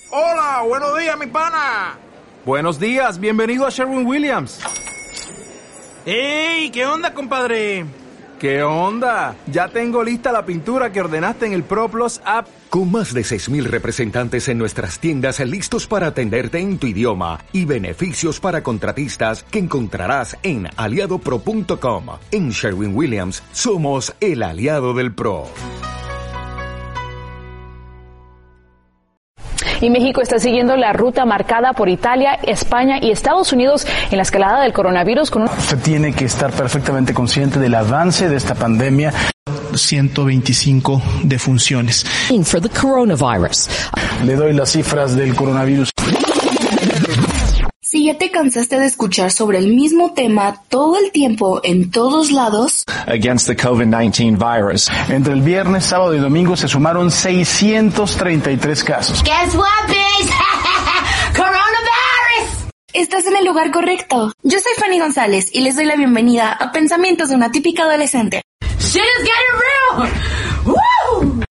Hola, buenos días, mi pana. Buenos días, bienvenido a Sherwin-Williams. ¡Ey! ¿Qué onda, compadre? ¿Qué onda? Ya tengo lista la pintura que ordenaste en el ProPlus app. Con más de 6,000 representantes en nuestras tiendas listos para atenderte en tu idioma y beneficios para contratistas que encontrarás en aliadopro.com. En Sherwin-Williams somos el aliado del pro. Y México está siguiendo la ruta marcada por Italia, España y Estados Unidos en la escalada del coronavirus. Usted tiene que estar perfectamente consciente del avance de esta pandemia. 125 defunciones. For the coronavirus. Le doy las cifras del coronavirus. Si ya te cansaste de escuchar sobre el mismo tema todo el tiempo en todos lados, against the COVID-19 virus. Entre el viernes, sábado y domingo se sumaron 633 casos. Guess what, bitch? Coronavirus. Estás en el lugar correcto. Yo soy Fanny González y les doy la bienvenida a Pensamientos de una típica adolescente. Shit is getting real. Woo!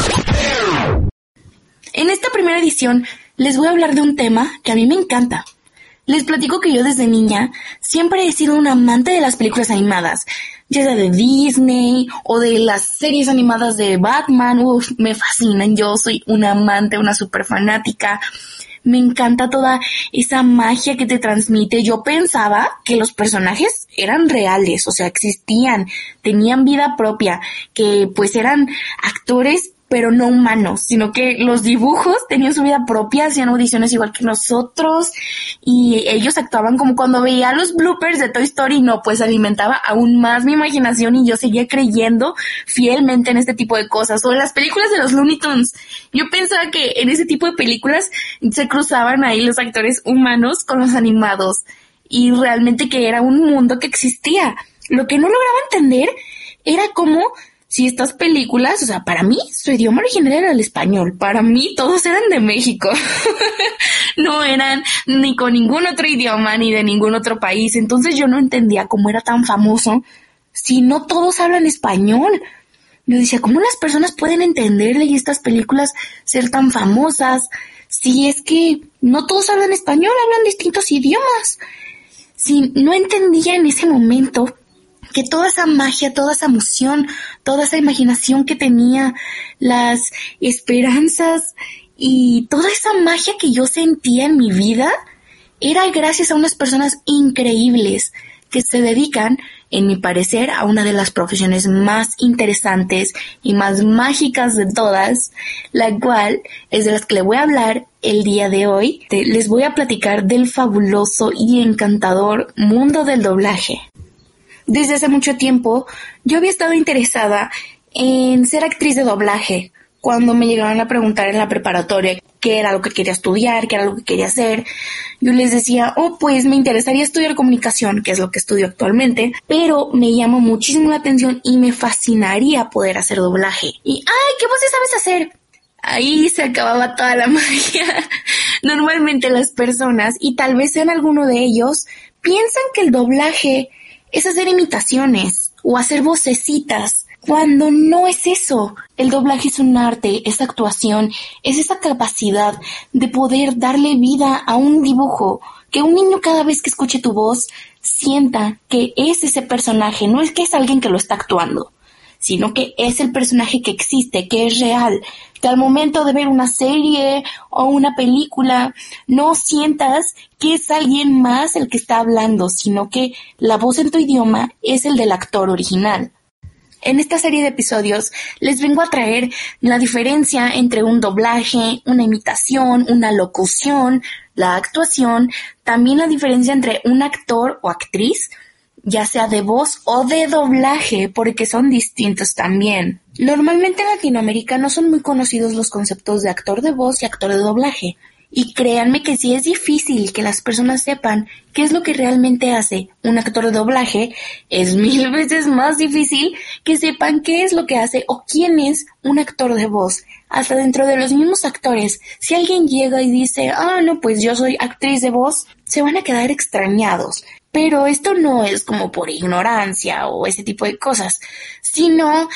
En esta primera edición les voy a hablar de un tema que a mí me encanta. Les platico que yo desde niña siempre he sido una amante de las películas animadas, ya sea de Disney o de las series animadas de Batman. Me fascinan, yo soy una amante, una super fanática. Me encanta toda esa magia que te transmite. Yo pensaba que los personajes eran reales, o sea, existían, tenían vida propia, que pues eran actores pero no humanos, sino que los dibujos tenían su vida propia, hacían audiciones igual que nosotros, y ellos actuaban como cuando veía los bloopers de Toy Story. No, pues alimentaba aún más mi imaginación y yo seguía creyendo fielmente en este tipo de cosas. O en las películas de los Looney Tunes, yo pensaba que en ese tipo de películas se cruzaban ahí los actores humanos con los animados, y realmente que era un mundo que existía. Lo que no lograba entender era cómo, si estas películas, o sea, para mí su idioma original era el español, para mí todos eran de México, no eran ni con ningún otro idioma ni de ningún otro país. Entonces yo no entendía cómo era tan famoso si no todos hablan español. Yo decía, ¿cómo las personas pueden entenderle y estas películas ser tan famosas si es que no todos hablan español, hablan distintos idiomas? Si no entendía en ese momento que toda esa magia, toda esa emoción, toda esa imaginación que tenía, las esperanzas y toda esa magia que yo sentía en mi vida, era gracias a unas personas increíbles que se dedican, en mi parecer, a una de las profesiones más interesantes y más mágicas de todas, la cual es de las que le voy a hablar el día de hoy. Les voy a platicar del fabuloso y encantador mundo del doblaje. Desde hace mucho tiempo yo había estado interesada en ser actriz de doblaje. Cuando me llegaron a preguntar en la preparatoria qué era lo que quería estudiar, qué era lo que quería hacer, yo les decía, pues me interesaría estudiar comunicación, que es lo que estudio actualmente, pero me llama muchísimo la atención y me fascinaría poder hacer doblaje. Y, ¿qué voces sabes hacer? Ahí se acababa toda la magia. Normalmente las personas, y tal vez sean alguno de ellos, piensan que el doblaje es hacer imitaciones o hacer vocecitas, cuando no es eso. El doblaje es un arte, es actuación, es esa capacidad de poder darle vida a un dibujo, que un niño cada vez que escuche tu voz sienta que es ese personaje, no es que es alguien que lo está actuando, sino que es el personaje que existe, que es real, que al momento de ver una serie o una película no sientas que es alguien más el que está hablando, sino que la voz en tu idioma es el del actor original. En esta serie de episodios les vengo a traer la diferencia entre un doblaje, una imitación, una locución, la actuación, también la diferencia entre un actor o actriz, ya sea de voz o de doblaje, porque son distintos también. Normalmente en Latinoamérica no son muy conocidos los conceptos de actor de voz y actor de doblaje. Y créanme que si es difícil que las personas sepan qué es lo que realmente hace un actor de doblaje, es 1000 veces más difícil que sepan qué es lo que hace o quién es un actor de voz. Hasta dentro de los mismos actores, si alguien llega y dice, no, pues yo soy actriz de voz, se van a quedar extrañados. Pero esto no es como por ignorancia o ese tipo de cosas, sino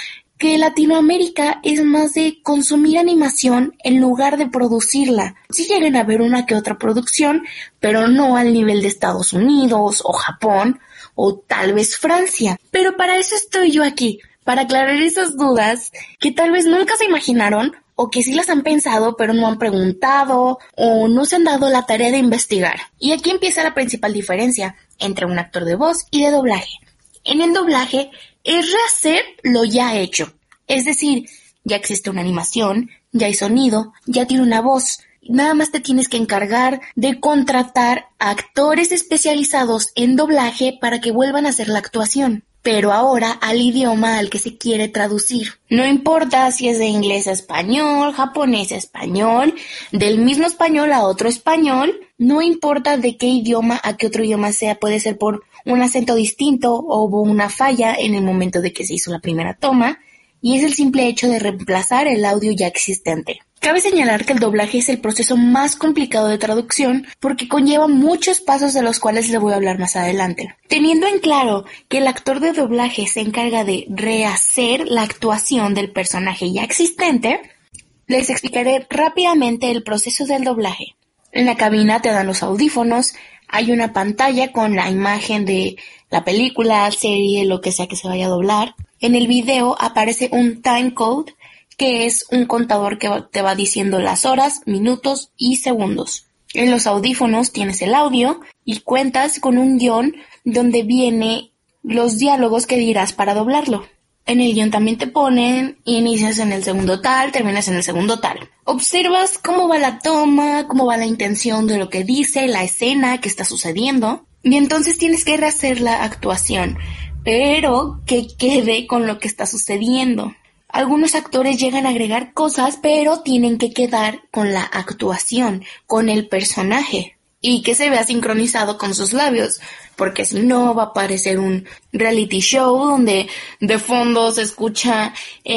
que Latinoamérica es más de consumir animación en lugar de producirla. Sí llegan a ver una que otra producción, pero no al nivel de Estados Unidos o Japón o tal vez Francia. Pero para eso estoy yo aquí, para aclarar esas dudas que tal vez nunca se imaginaron o que sí las han pensado pero no han preguntado o no se han dado la tarea de investigar. Y aquí empieza la principal diferencia entre un actor de voz y de doblaje. En el doblaje es rehacer lo ya hecho. Es decir, ya existe una animación, ya hay sonido, ya tiene una voz. Nada más te tienes que encargar de contratar a actores especializados en doblaje para que vuelvan a hacer la actuación. Pero ahora al idioma al que se quiere traducir. No importa si es de inglés a español, japonés a español, del mismo español a otro español, no importa de qué idioma a qué otro idioma sea, puede ser por un acento distinto o hubo una falla en el momento de que se hizo la primera toma, y es el simple hecho de reemplazar el audio ya existente. Cabe señalar que el doblaje es el proceso más complicado de traducción porque conlleva muchos pasos de los cuales les voy a hablar más adelante. Teniendo en claro que el actor de doblaje se encarga de rehacer la actuación del personaje ya existente, les explicaré rápidamente el proceso del doblaje. En la cabina te dan los audífonos, hay una pantalla con la imagen de la película, serie, lo que sea que se vaya a doblar. En el video aparece un timecode, que es un contador que te va diciendo las horas, minutos y segundos. En los audífonos tienes el audio y cuentas con un guión donde viene los diálogos que dirás para doblarlo. En el guión también te ponen, inicias en el segundo tal, terminas en el segundo tal. Observas cómo va la toma, cómo va la intención de lo que dice, la escena que está sucediendo, y entonces tienes que rehacer la actuación, pero que quede con lo que está sucediendo. Algunos actores llegan a agregar cosas, pero tienen que quedar con la actuación, con el personaje, y que se vea sincronizado con sus labios, porque si no va a parecer un reality show donde de fondo se escucha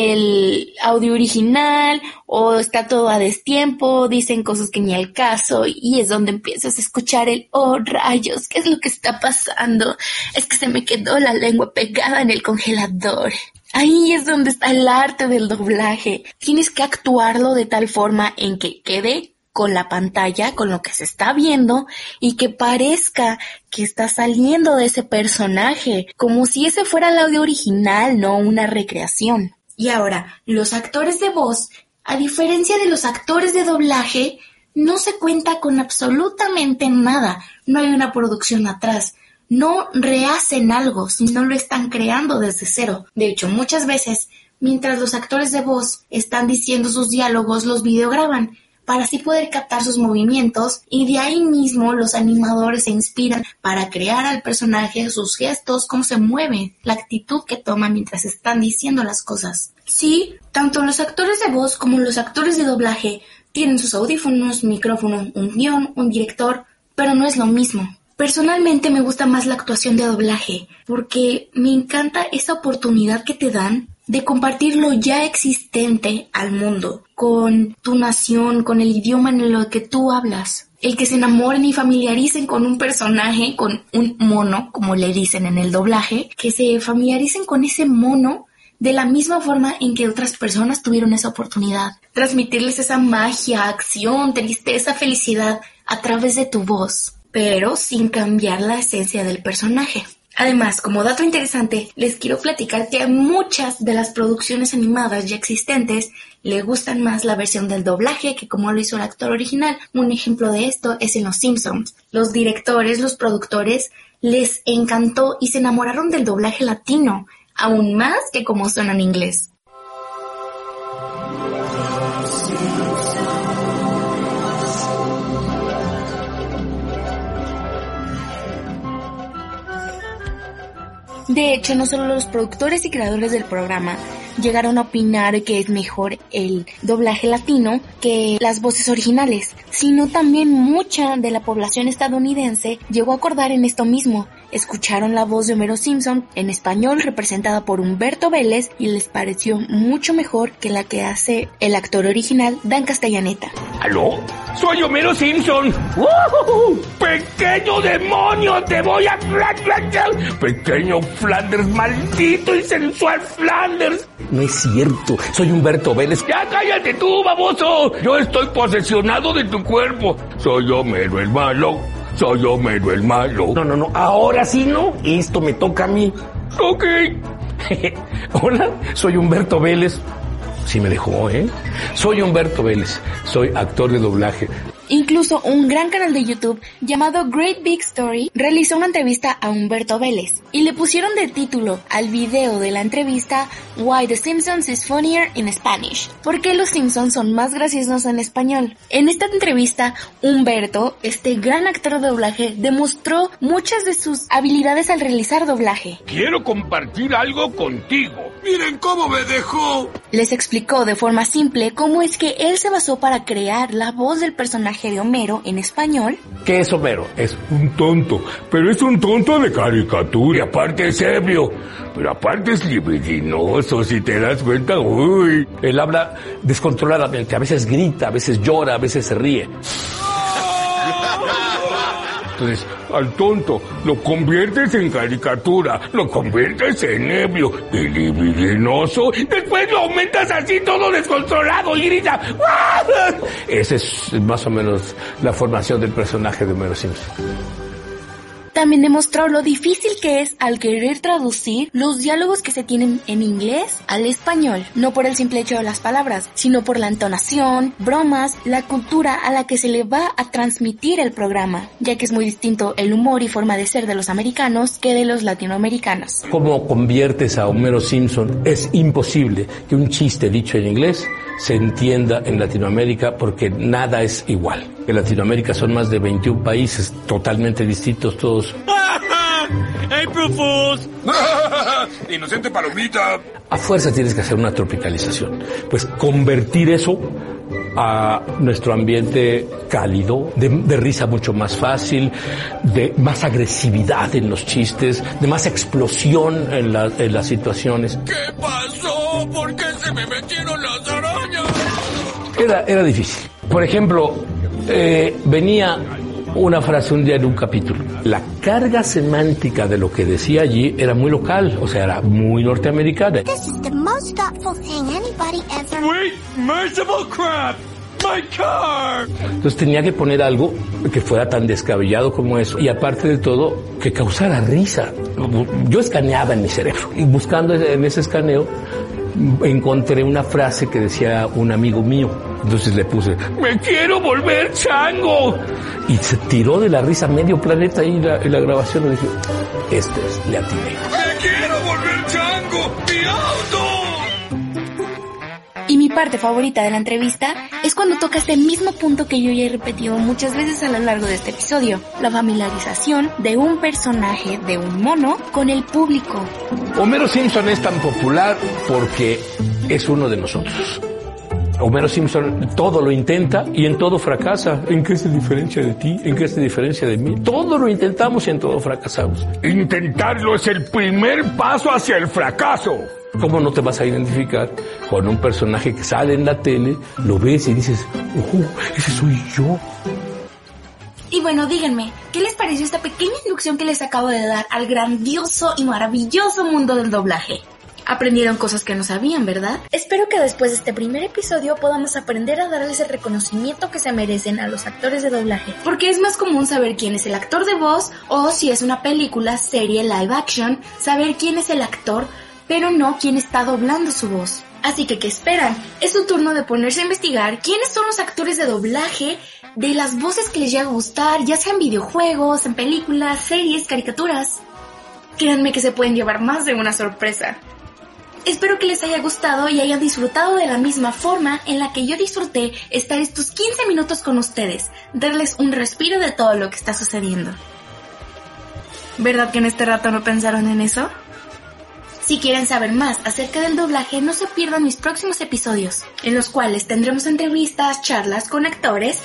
el audio original o está todo a destiempo, dicen cosas que ni al caso y es donde empiezas a escuchar el "oh rayos, ¿qué es lo que está pasando? Es que se me quedó la lengua pegada en el congelador". Ahí es donde está el arte del doblaje. Tienes que actuarlo de tal forma en que quede con la pantalla, con lo que se está viendo y que parezca que está saliendo de ese personaje, como si ese fuera el audio original, no una recreación. Y ahora, los actores de voz, a diferencia de los actores de doblaje, no se cuenta con absolutamente nada, no hay una producción atrás. No rehacen algo, sino lo están creando desde cero. De hecho, muchas veces, mientras los actores de voz están diciendo sus diálogos, los videograban, para así poder captar sus movimientos, y de ahí mismo los animadores se inspiran para crear al personaje, sus gestos, cómo se mueve, la actitud que toma mientras están diciendo las cosas. Sí, tanto los actores de voz como los actores de doblaje tienen sus audífonos, micrófono, un guión, un director, pero no es lo mismo. Personalmente me gusta más la actuación de doblaje, porque me encanta esa oportunidad que te dan de compartir lo ya existente al mundo, con tu nación, con el idioma en el que tú hablas. El que se enamoren y familiaricen con un personaje, con un mono, como le dicen en el doblaje, que se familiaricen con ese mono de la misma forma en que otras personas tuvieron esa oportunidad. Transmitirles esa magia, acción, tristeza, felicidad a través de tu voz, pero sin cambiar la esencia del personaje. Además, como dato interesante, les quiero platicar que a muchas de las producciones animadas ya existentes le gustan más la versión del doblaje que como lo hizo el actor original. Un ejemplo de esto es en Los Simpsons. Los directores, los productores, les encantó y se enamoraron del doblaje latino, aún más que como suena en inglés. De hecho, no solo los productores y creadores del programa llegaron a opinar que es mejor el doblaje latino que las voces originales, sino también mucha de la población estadounidense llegó a acordar en esto mismo, escucharon la voz de Homero Simpson en español representada por Humberto Vélez y les pareció mucho mejor que la que hace el actor original Dan Castellaneta. ¿Aló? ¡Soy Homero Simpson! ¡Pequeño demonio! ¡Te voy a... ¡Pequeño Flanders, maldito y sensual Flanders! No es cierto, soy Humberto Vélez. ¡Ya cállate tú, baboso! Yo estoy posesionado de tu cuerpo. Soy Homero el malo. Soy Homero el malo. No, ahora sí no. Esto me toca a mí. Ok. Hola, soy Humberto Vélez. Sí me dejó, ¿eh? Soy Humberto Vélez. Soy actor de doblaje. Incluso un gran canal de YouTube llamado Great Big Story realizó una entrevista a Humberto Vélez y le pusieron de título al video de la entrevista Why the Simpsons is funnier in Spanish. ¿Por qué los Simpsons son más graciosos en español? En esta entrevista, Humberto, este gran actor de doblaje, demostró muchas de sus habilidades al realizar doblaje. Quiero compartir algo contigo. ¡Miren cómo me dejó! Les explicó de forma simple cómo es que él se basó para crear la voz del personaje de Homero en español. ¿Qué es Homero? Es un tonto, pero es un tonto de caricatura. Y aparte es ebrio, pero aparte es libidinoso, si te das cuenta. Uy. Él habla descontroladamente, a veces grita, a veces llora, a veces se ríe. Entonces, al tonto lo conviertes en caricatura, lo conviertes en ebrio y libidinoso, después lo aumentas así todo descontrolado y grita. ¡Ah! Esa es más o menos la formación del personaje de Homero Simpson. También demostró lo difícil que es al querer traducir los diálogos que se tienen en inglés al español, no por el simple hecho de las palabras, sino por la entonación, bromas, la cultura a la que se le va a transmitir el programa, ya que es muy distinto el humor y forma de ser de los americanos que de los latinoamericanos. ¿Cómo conviertes a Homero Simpson? Es imposible que un chiste dicho en inglés se entienda en Latinoamérica porque nada es igual. En Latinoamérica son más de 21 países totalmente distintos todos. ¡April Fools! ¡Inocente palomita! A fuerza tienes que hacer una tropicalización. Pues convertir eso a nuestro ambiente cálido, de risa mucho más fácil, de más agresividad en los chistes, de más explosión en las situaciones. ¿Qué pasó? ¿Por qué se me metieron las arañas? Era difícil. Por ejemplo, venía una frase un día en un capítulo. La carga semántica de lo que decía allí era muy local, o sea, era muy norteamericana. This is the most thoughtful thing anybody ever... Wait, merciful crap! My car! Entonces tenía que poner algo que fuera tan descabellado como eso y aparte de todo, que causara risa. Yo escaneaba en mi cerebro y buscando en ese escaneo encontré una frase que decía un amigo mío. Entonces le puse, ¡me quiero volver chango! Y se tiró de la risa medio planeta y la grabación le dije, le atiné. ¡Me quiero volver chango! ¡Mi auto! Y mi parte favorita de la entrevista es cuando toca este mismo punto que yo ya he repetido muchas veces a lo largo de este episodio, la familiarización de un personaje, de un mono, con el público. Homero Simpson es tan popular porque es uno de nosotros. Homero Simpson todo lo intenta y en todo fracasa. ¿En qué se diferencia de ti? ¿En qué se diferencia de mí? Todo lo intentamos y en todo fracasamos. Intentarlo es el primer paso hacia el fracaso. ¿Cómo no te vas a identificar con un personaje que sale en la tele, lo ves y dices, ese soy yo? Y bueno, díganme, ¿qué les pareció esta pequeña introducción que les acabo de dar al grandioso y maravilloso mundo del doblaje? Aprendieron cosas que no sabían, ¿verdad? Espero que después de este primer episodio podamos aprender a darles el reconocimiento que se merecen a los actores de doblaje. Porque es más común saber quién es el actor de voz o si es una película, serie, live action, saber quién es el actor, pero no quién está doblando su voz. Así que, ¿qué esperan? Es su turno de ponerse a investigar quiénes son los actores de doblaje de las voces que les llega a gustar, ya sea en videojuegos, en películas, series, caricaturas. Créanme que se pueden llevar más de una sorpresa. Espero que les haya gustado y hayan disfrutado de la misma forma en la que yo disfruté estar estos 15 minutos con ustedes, darles un respiro de todo lo que está sucediendo. ¿Verdad que en este rato no pensaron en eso? Si quieren saber más acerca del doblaje, no se pierdan mis próximos episodios, en los cuales tendremos entrevistas, charlas con actores,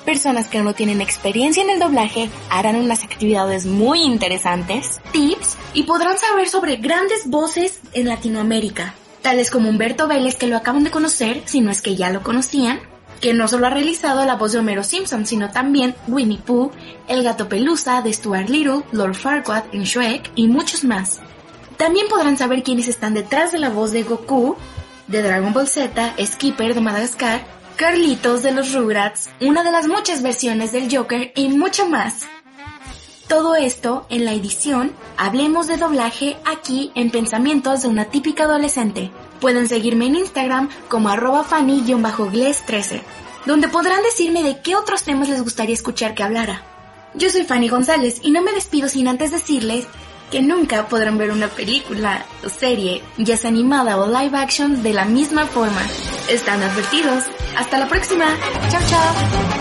personas que no tienen experiencia en el doblaje harán unas actividades muy interesantes, tips y podrán saber sobre grandes voces en Latinoamérica, tales como Humberto Vélez, que lo acaban de conocer, si no es que ya lo conocían, que no solo ha realizado la voz de Homero Simpson, sino también Winnie Pooh, El Gato Pelusa de Stuart Little, Lord Farquaad en Shrek y muchos más. También podrán saber quiénes están detrás de la voz de Goku, de Dragon Ball Z, Skipper de Madagascar, Carlitos de los Rugrats, una de las muchas versiones del Joker y mucho más. Todo esto en la edición Hablemos de Doblaje aquí en Pensamientos de una Típica Adolescente. Pueden seguirme en Instagram como @fanny_gles13, donde podrán decirme de qué otros temas les gustaría escuchar que hablara. Yo soy Fanny González y no me despido sin antes decirles que nunca podrán ver una película o serie, ya sea animada o live action, de la misma forma. Están advertidos. Hasta la próxima. Chao, chao.